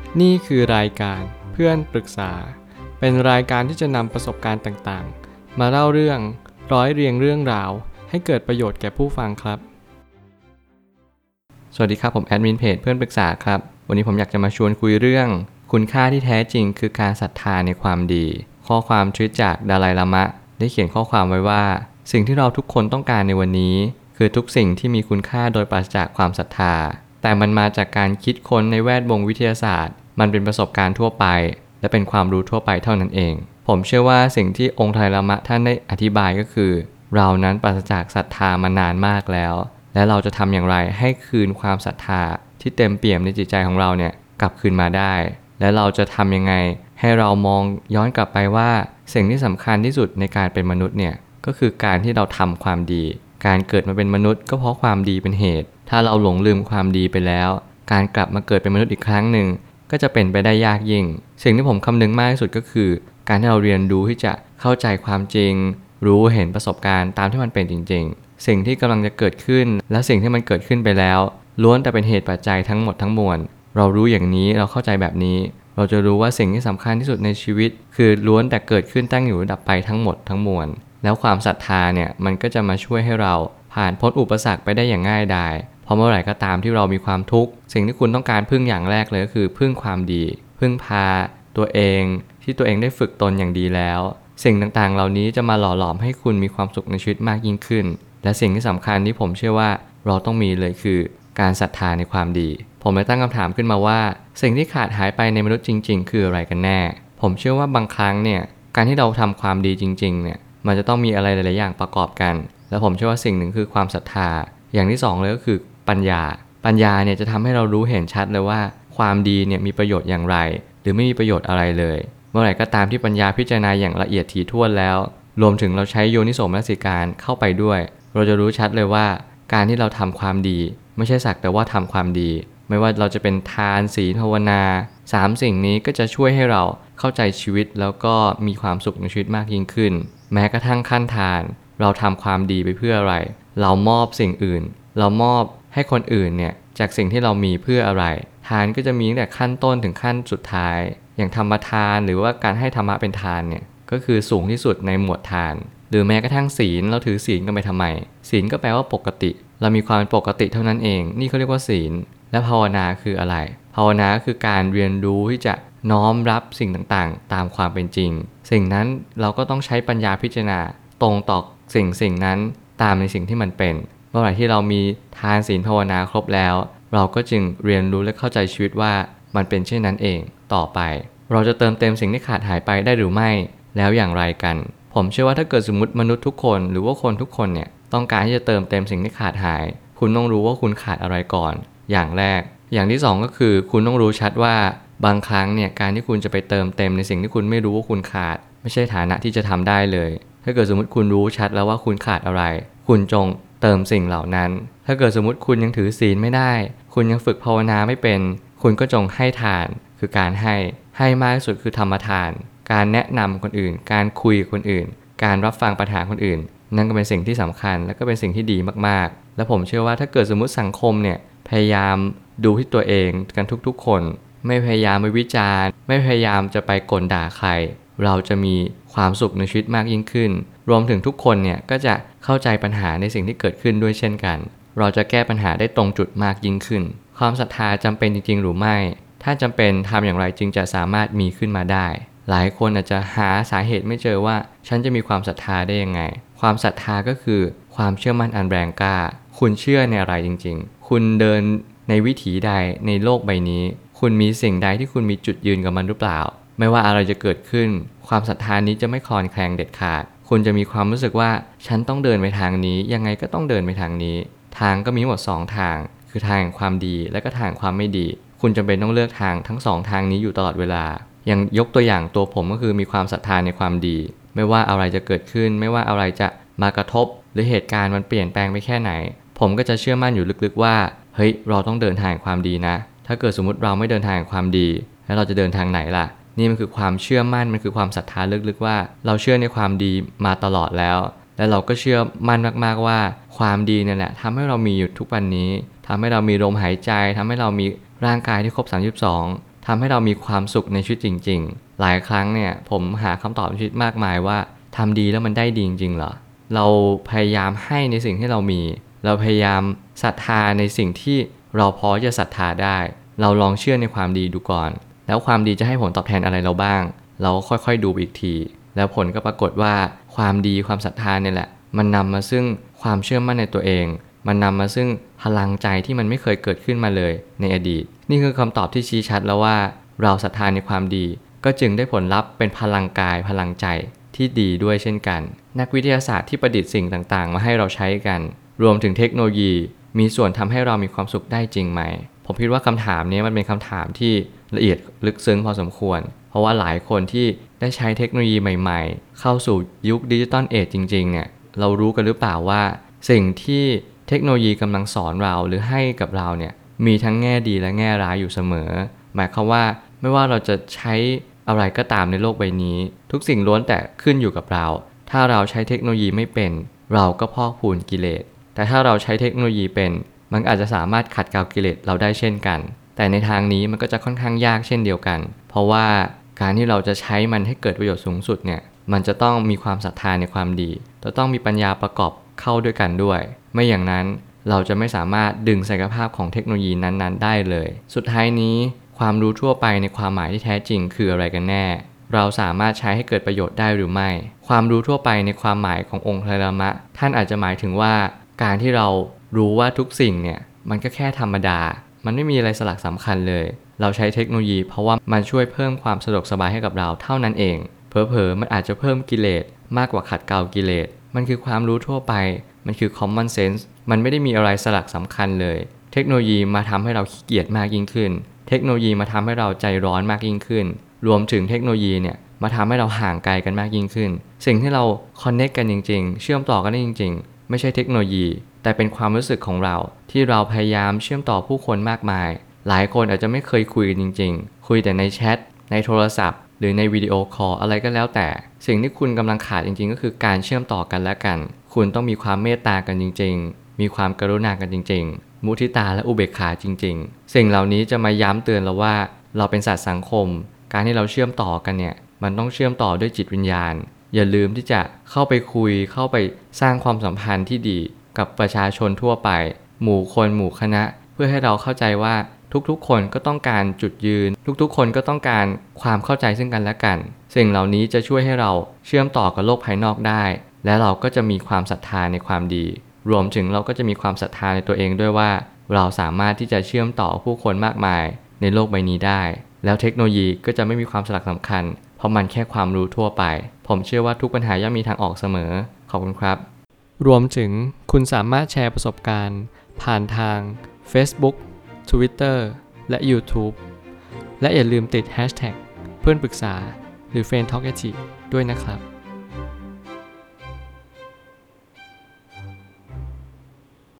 นี่คือรายการเพื่อนปรึกษาเป็นรายการที่จะนำประสบการณ์ต่างๆมาเล่าเรื่องร้อยเรียงเรื่องราวให้เกิดประโยชน์แก่ผู้ฟังครับสวัสดีครับผมแอดมินเพจเพื่อนปรึกษาครับวันนี้ผมอยากจะมาชวนคุยเรื่องคุณค่าที่แท้จริงคือการศรัทธาในความดีข้อความทวิตจากดาไลลามะได้เขียนข้อความไว้ว่าสิ่งที่เราทุกคนต้องการในวันนี้คือทุกสิ่งที่มีคุณค่าโดยปราศจากความศรัทธาแต่มันมาจากการคิดค้นในแวดวงวิทยาศาสตร์มันเป็นประสบการณ์ทั่วไปและเป็นความรู้ทั่วไปเท่านั้นเองผมเชื่อว่าสิ่งที่องค์ไทยละมะท่านได้อธิบายก็คือเรานั้นปราศจากศรัทธามานานมากแล้วและเราจะทำอย่างไรให้คืนความศรัทธาที่เต็มเปี่ยมในจิตใจของเราเนี่ยกลับคืนมาได้และเราจะทำยังไงให้เรามองย้อนกลับไปว่าสิ่งที่สำคัญที่สุดในการเป็นมนุษย์เนี่ยก็คือการที่เราทำความดีการเกิดมาเป็นมนุษย์ก็เพราะความดีเป็นเหตุถ้าเราหลงลืมความดีไปแล้วการกลับมาเกิดเป็นมนุษย์อีกครั้งหนึ่งก็จะเป็นไปได้ยากยิ่งสิ่งที่ผมคำนึงมากที่สุดก็คือการที่เราเรียนรู้ที่จะเข้าใจความจริงรู้เห็นประสบการณ์ตามที่มันเป็นจริงๆสิ่งที่กำลังจะเกิดขึ้นและสิ่งที่มันเกิดขึ้นไปแล้วล้วนแต่เป็นเหตุปัจจัยทั้งหมดทั้งมวลเรารู้อย่างนี้เราเข้าใจแบบนี้เราจะรู้ว่าสิ่งที่สำคัญที่สุดในชีวิตคือล้วนแต่เกิดขึ้นตั้งอยู่ดับไปทั้งหมดทั้งมวลแล้วความศรัทธาเนี่ยมันก็จะมาช่วยให้เราผ่านพ้นอุปสรรคไปได้อย่างง่ายดายเพราะเมื่อไหร่ก็ตามที่เรามีความทุกข์สิ่งที่คุณต้องการพึ่งอย่างแรกเลยก็คือพึ่งความดีพึ่งพาตัวเองที่ตัวเองได้ฝึกตนอย่างดีแล้วสิ่งต่างๆเหล่านี้จะมาหล่อหลอมให้คุณมีความสุขในชีวิตมากยิ่งขึ้นและสิ่งที่สำคัญที่ผมเชื่อว่าเราต้องมีเลยคือการศรัทธาในความดีผมเลยตั้งคำถามขึ้นมาว่าสิ่งที่ขาดหายไปในมนุษย์จริงๆคืออะไรกันแน่ผมเชื่อว่าบางครั้งเนี่ยการที่เราทำความดีจริงๆเนี่ยมันจะต้องมีอะไรหลายๆอย่างประกอบกันและผมเชื่อว่าสิ่งหนึ่งคือความศรัทธาอย่างที่สองเลยก็คือปัญญาเนี่ยจะทำให้เรารู้เห็นชัดเลยว่าความดีเนี่ยมีประโยชน์อย่างไรหรือไม่มีประโยชน์อะไรเลยเมื่อไหร่ก็ตามที่ปัญญาพิจารณาอย่างละเอียดถี่ถ้วนแล้วรวมถึงเราใช้โยนิโสมนสิการเข้าไปด้วยเราจะรู้ชัดเลยว่าการที่เราทำความดีไม่ใช่สักแต่ว่าทำความดีไม่ว่าเราจะเป็นทานศีลภาวนา3สิ่งนี้ก็จะช่วยให้เราเข้าใจชีวิตแล้วก็มีความสุขในชีวิตมากยิ่งขึ้นแม้กระทั่งขั้นทานเราทำความดีไปเพื่ออะไรเรามอบสิ่งอื่นเรามอบให้คนอื่นเนี่ยจากสิ่งที่เรามีเพื่ออะไรทานก็จะมีตั้งแต่ขั้นต้นถึงขั้นสุดท้ายอย่างธรรมทานหรือว่าการให้ธรรมะเป็นทานเนี่ยก็คือสูงที่สุดในหมวดทานหรือแม้กระทั่งศีลเราถือศีลกันไปทำไมศีลก็แปลว่าปกติเรามีความเป็นปกติเท่านั้นเองนี่เขาเรียกว่าศีลและภาวนาคืออะไรภาวนาคือการเรียนรู้ที่จะน้อมรับสิ่งต่างๆตามความเป็นจริงสิ่งนั้นเราก็ต้องใช้ปัญญาพิจารณาตรงต่อสิ่งนั้นตามในสิ่งที่มันเป็นเมื่อไหร่ที่เรามีทานศีลภาวนาครบแล้วเราก็จึงเรียนรู้และเข้าใจชีวิตว่ามันเป็นเช่นนั้นเองต่อไปเราจะเติมเต็มสิ่งที่ขาดหายไปได้หรือไม่แล้วอย่างไรกันผมเชื่อว่าถ้าเกิดสมมติมนุษย์ทุกคนหรือว่าคนทุกคนเนี่ยต้องการที่จะเติมเต็มสิ่งที่ขาดหายคุณต้องรู้ว่าคุณขาดอะไรก่อนอย่างแรกอย่างที่สองก็คือคุณต้องรู้ชัดว่าบางครั้งเนี่ยการที่คุณจะไปเติมเต็มในสิ่งที่คุณไม่รู้ว่าคุณขาดไม่ใช่ฐานะที่จะทำได้เลยถ้าเกิดสมมติคุณรู้ชัดแล้วว่าคุณขาดอะไรคุณจงเติมสิ่งเหล่านั้นถ้าเกิดสมมติคุณยังถือศีลไม่ได้คุณยังฝึกภาวนาไม่เป็นคุณก็จงให้ทานคือการให้มากที่สุดคือธรรมทานการแนะนำคนอื่นการคุยกับคนอื่นการรับฟังปัญหาคนอื่นนั่นก็เป็นสิ่งที่สำคัญและก็เป็นสิ่งที่ดีมากๆและผมเชื่อว่าถ้าเกิดสมมติสังคมเนี่ยพยายามดูที่ตัวเองกันทุกๆคนไม่พยายามไปวิจารณ์ไม่พยายามจะไปก่นด่าใครเราจะมีความสุขในชีวิตมากยิ่งขึ้นรวมถึงทุกคนเนี่ยก็จะเข้าใจปัญหาในสิ่งที่เกิดขึ้นด้วยเช่นกันเราจะแก้ปัญหาได้ตรงจุดมากยิ่งขึ้นความศรัทธาจำเป็นจริงๆหรือไม่ถ้าจำเป็นทำอย่างไรจึงจะสามารถมีขึ้นมาได้หลายคนอาจจะหาสาเหตุไม่เจอว่าฉันจะมีความศรัทธาได้ยังไงความศรัทธาก็คือความเชื่อมั่นอันแรงกล้าคุณเชื่อในอะไรจริงๆคุณเดินในวิถีใดในโลกใบนี้คุณมีสิ่งใดที่คุณมีจุดยืนกับมันหรือเปล่าไม่ว่าอะไรจะเกิดขึ้นความศรัทธานี้จะไม่คลอนแคลงเด็ดขาดคุณจะมีความรู้สึกว่าฉันต้องเดินไปทางนี้ยังไงก็ต้องเดินไปทางนี้ทางก็มีหมด2ทางคือทางแห่งความดีและก็ทางความไม่ดีคุณจำเป็นต้องเลือกทางทั้ง2ทางนี้อยู่ตลอดเวลาอย่างยกตัวอย่างตัวผมก็คือมีความศรัทธาในความดีไม่ว่าอะไรจะเกิดขึ้นไม่ว่าอะไรจะมากระทบหรือเหตุการณ์มันเปลี่ยนแปลงไปแค่ไหนผมก็จะเชื่อมั่นอยู่ลึกๆว่าเฮ้ยเราต้องเดินทางความดีนะถ้าเกิดสมมติเราไม่เดินทางความดีแล้วเราจะเดินทางไหนล่ะนี่มันคือความเชื่อมั่นมันคือความศรัทธาลึกๆว่าเราเชื่อในความดีมาตลอดแล้วและเราก็เชื่อมั่นมากๆว่าความดีนั่นแหละทำให้เรามีอยู่ทุกวันนี้ทำให้เรามีลมหายใจทำให้เรามีร่างกายที่ครบ32ททำให้เรามีความสุขในชีวิตจริงๆหลายครั้งเนี่ยผมหาคำตอบในชีวิตมากมายว่าทำดีแล้วมันได้ดีจริงๆเหรอเราพยายามให้ในสิ่งที่เรามีเราพยายามศรัทธาในสิ่งที่เราพอจะศรัทธาได้เราลองเชื่อในความดีดูก่อนแล้วความดีจะให้ผลตอบแทนอะไรเราบ้างเราค่อยๆดูอีกทีแล้วผลก็ปรากฏว่าความดีความศรัทธาเนี่ยแหละมันนำมาซึ่งความเชื่อมั่นในตัวเองมันนำมาซึ่งพลังใจที่มันไม่เคยเกิดขึ้นมาเลยในอดีตนี่คือคำตอบที่ชี้ชัดแล้วว่าเราศรัทธาในความดีก็จึงได้ผลลัพธ์เป็นพลังกายพลังใจที่ดีด้วยเช่นกันนักวิทยาศาสตร์ที่ประดิษฐ์สิ่งต่างๆมาให้เราใช้กันรวมถึงเทคโนโลยีมีส่วนทำให้เรามีความสุขได้จริงไหมผมคิดว่าคำถามนี้มันเป็นคำถามที่ละเอียดลึกซึ้งพอสมควรเพราะว่าหลายคนที่ได้ใช้เทคโนโลยีใหม่ๆเข้าสู่ยุคดิจิตอลเอจจริงๆเนี่ยเรารู้กันหรือเปล่าว่าสิ่งที่เทคโนโลยีกำลังสอนเราหรือให้กับเราเนี่ยมีทั้งแง่ดีและแง่ร้ายอยู่เสมอหมายความว่าไม่ว่าเราจะใช้อะไรก็ตามในโลกใบนี้ทุกสิ่งล้วนแต่ขึ้นอยู่กับเราถ้าเราใช้เทคโนโลยีไม่เป็นเราก็พอกพูนกิเลสแต่ถ้าเราใช้เทคโนโลยีเป็นมันอาจจะสามารถขัดเกลากิเลสเราได้เช่นกันแต่ในทางนี้มันก็จะค่อนข้างยากเช่นเดียวกันเพราะว่าการที่เราจะใช้มันให้เกิดประโยชน์สูงสุดเนี่ยมันจะต้องมีความศรัทธาในความดีจะต้องมีปัญญาประกอบเข้าด้วยกันด้วยไม่อย่างนั้นเราจะไม่สามารถดึงศักยภาพของเทคโนโลยีนั้นๆได้เลยสุดท้ายนี้ความรู้ทั่วไปในความหมายที่แท้จริงคืออะไรกันแน่เราสามารถใช้ให้เกิดประโยชน์ได้หรือไม่ความรู้ทั่วไปในความหมายขององค์ไตรลักษณ์ท่านอาจจะหมายถึงว่าการที่เรารู้ว่าทุกสิ่งเนี่ยมันก็แค่ธรรมดามันไม่มีอะไรสลักสำคัญเลยเราใช้เทคโนโลยีเพราะว่ามันช่วยเพิ่มความสะดวกสบายให้กับเราเท่านั้นเองเผลอๆมันอาจจะเพิ่มกิเลสมากกว่าขัดเกลากิเลสมันคือความรู้ทั่วไปมันคือ common sense มันไม่ได้มีอะไรสลักสำคัญเลยเทคโนโลยีมาทำให้เราขี้เกียจมากยิ่งขึ้นเทคโนโลยีมาทำให้เราใจร้อนมากยิ่งขึ้นรวมถึงเทคโนโลยีเนี่ยมาทำให้เราห่างไกลกันมากยิ่งขึ้นสิ่งที่เราคอนเนคกันจริงๆเชื่อมต่อกันได้จริงๆไม่ใช่เทคโนโลยีแต่เป็นความรู้สึกของเราที่เราพยายามเชื่อมต่อผู้คนมากมายหลายคนอาจจะไม่เคยคุยกันจริงๆคุยแต่ในแชทในโทรศัพท์หรือในวิดีโอคอลอะไรก็แล้วแต่สิ่งที่คุณกำลังขาดจริงๆก็คือการเชื่อมต่อกันและกันคุณต้องมีความเมตตากันจริงๆมีความกรุณากันจริงๆมุทิตาและอุเบกขาจริงๆสิ่งเหล่านี้จะมาย้ำเตือนเราว่าเราเป็นสัตว์สังคมการที่เราเชื่อมต่อกันเนี่ยมันต้องเชื่อมต่อด้วยจิตวิญญาณอย่าลืมที่จะเข้าไปคุยเข้าไปสร้างความสัมพันธ์ที่ดีกับประชาชนทั่วไปหมู่คนหมู่คณะเพื่อให้เราเข้าใจว่าทุกๆคนก็ต้องการจุดยืนทุกๆคนก็ต้องการความเข้าใจซึ่งกันและกันสิ่งเหล่านี้จะช่วยให้เราเชื่อมต่อกับโลกภายนอกได้และเราก็จะมีความศรัทธาในความดีรวมถึงเราก็จะมีความศรัทธาในตัวเองด้วยว่าเราสามารถที่จะเชื่อมต่อผู้คนมากมายในโลกใบนี้ได้แล้วเทคโนโลยีก็จะไม่มีความสลักสำคัญเพราะมันแค่ความรู้ทั่วไปผมเชื่อว่าทุกปัญหาย่อมมีทางออกเสมอขอบคุณครับรวมถึงคุณสามารถแชร์ประสบการณ์ผ่านทาง Facebook Twitter และ YouTube และอย่าลืมติด Hashtag เพื่อนปรึกษาหรือ Friend Talk ด้วยนะครับ